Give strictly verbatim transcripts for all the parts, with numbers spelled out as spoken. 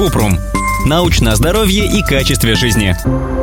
Купрум. Научное здоровье и качестве жизни.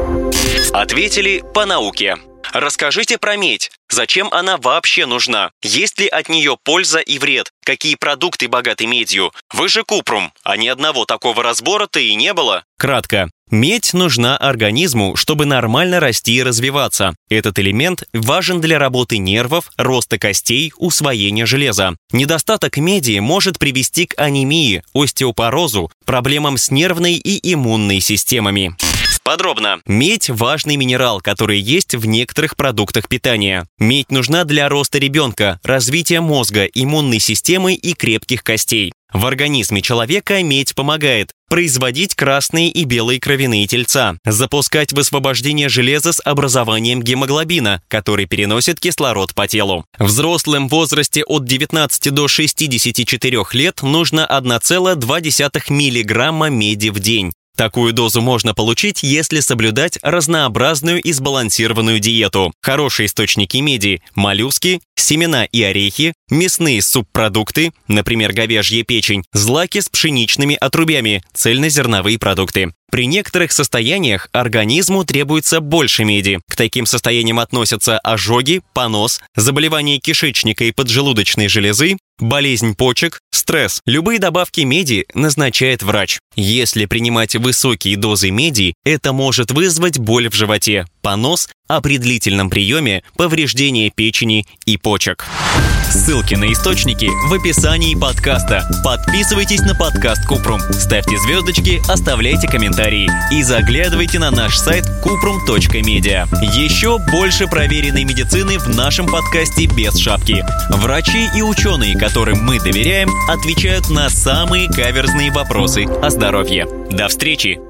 Ответили по науке. Расскажите про медь. Зачем она вообще нужна? Есть ли от нее польза и вред? Какие продукты богаты медью? Вы же Купрум, а ни одного такого разбора-то и не было. Кратко. Медь нужна организму, чтобы нормально расти и развиваться. Этот элемент важен для работы нервов, роста костей, усвоения железа. Недостаток меди может привести к анемии, остеопорозу, проблемам с нервной и иммунной системами. Подробно. Медь – важный минерал, который есть в некоторых продуктах питания. Медь нужна для роста ребенка, развития мозга, иммунной системы и крепких костей. В организме человека медь помогает производить красные и белые кровяные тельца, запускать высвобождение железа с образованием гемоглобина, который переносит кислород по телу. В взрослом возрасте от девятнадцати до шестидесяти четырёх лет нужно одна целая две десятых миллиграмма меди в день. Такую дозу можно получить, если соблюдать разнообразную и сбалансированную диету. Хорошие источники меди – моллюски, семена и орехи, мясные субпродукты, например, говяжья печень, злаки с пшеничными отрубями, цельнозерновые продукты. При некоторых состояниях организму требуется больше меди. К таким состояниям относятся ожоги, понос, заболевания кишечника и поджелудочной железы, болезнь почек, стресс. Любые добавки меди назначает врач. Если принимать высокие дозы меди, это может вызвать боль в животе, понос, а при длительном приеме – повреждение печени и почек. Ссылки на источники в описании подкаста. Подписывайтесь на подкаст Купрум, ставьте звездочки, оставляйте комментарии и заглядывайте на наш сайт купрум точка медиа. Еще больше проверенной медицины в нашем подкасте без шапки. Врачи и ученые, которым мы доверяем, отвечают на самые каверзные вопросы о здоровье. До встречи!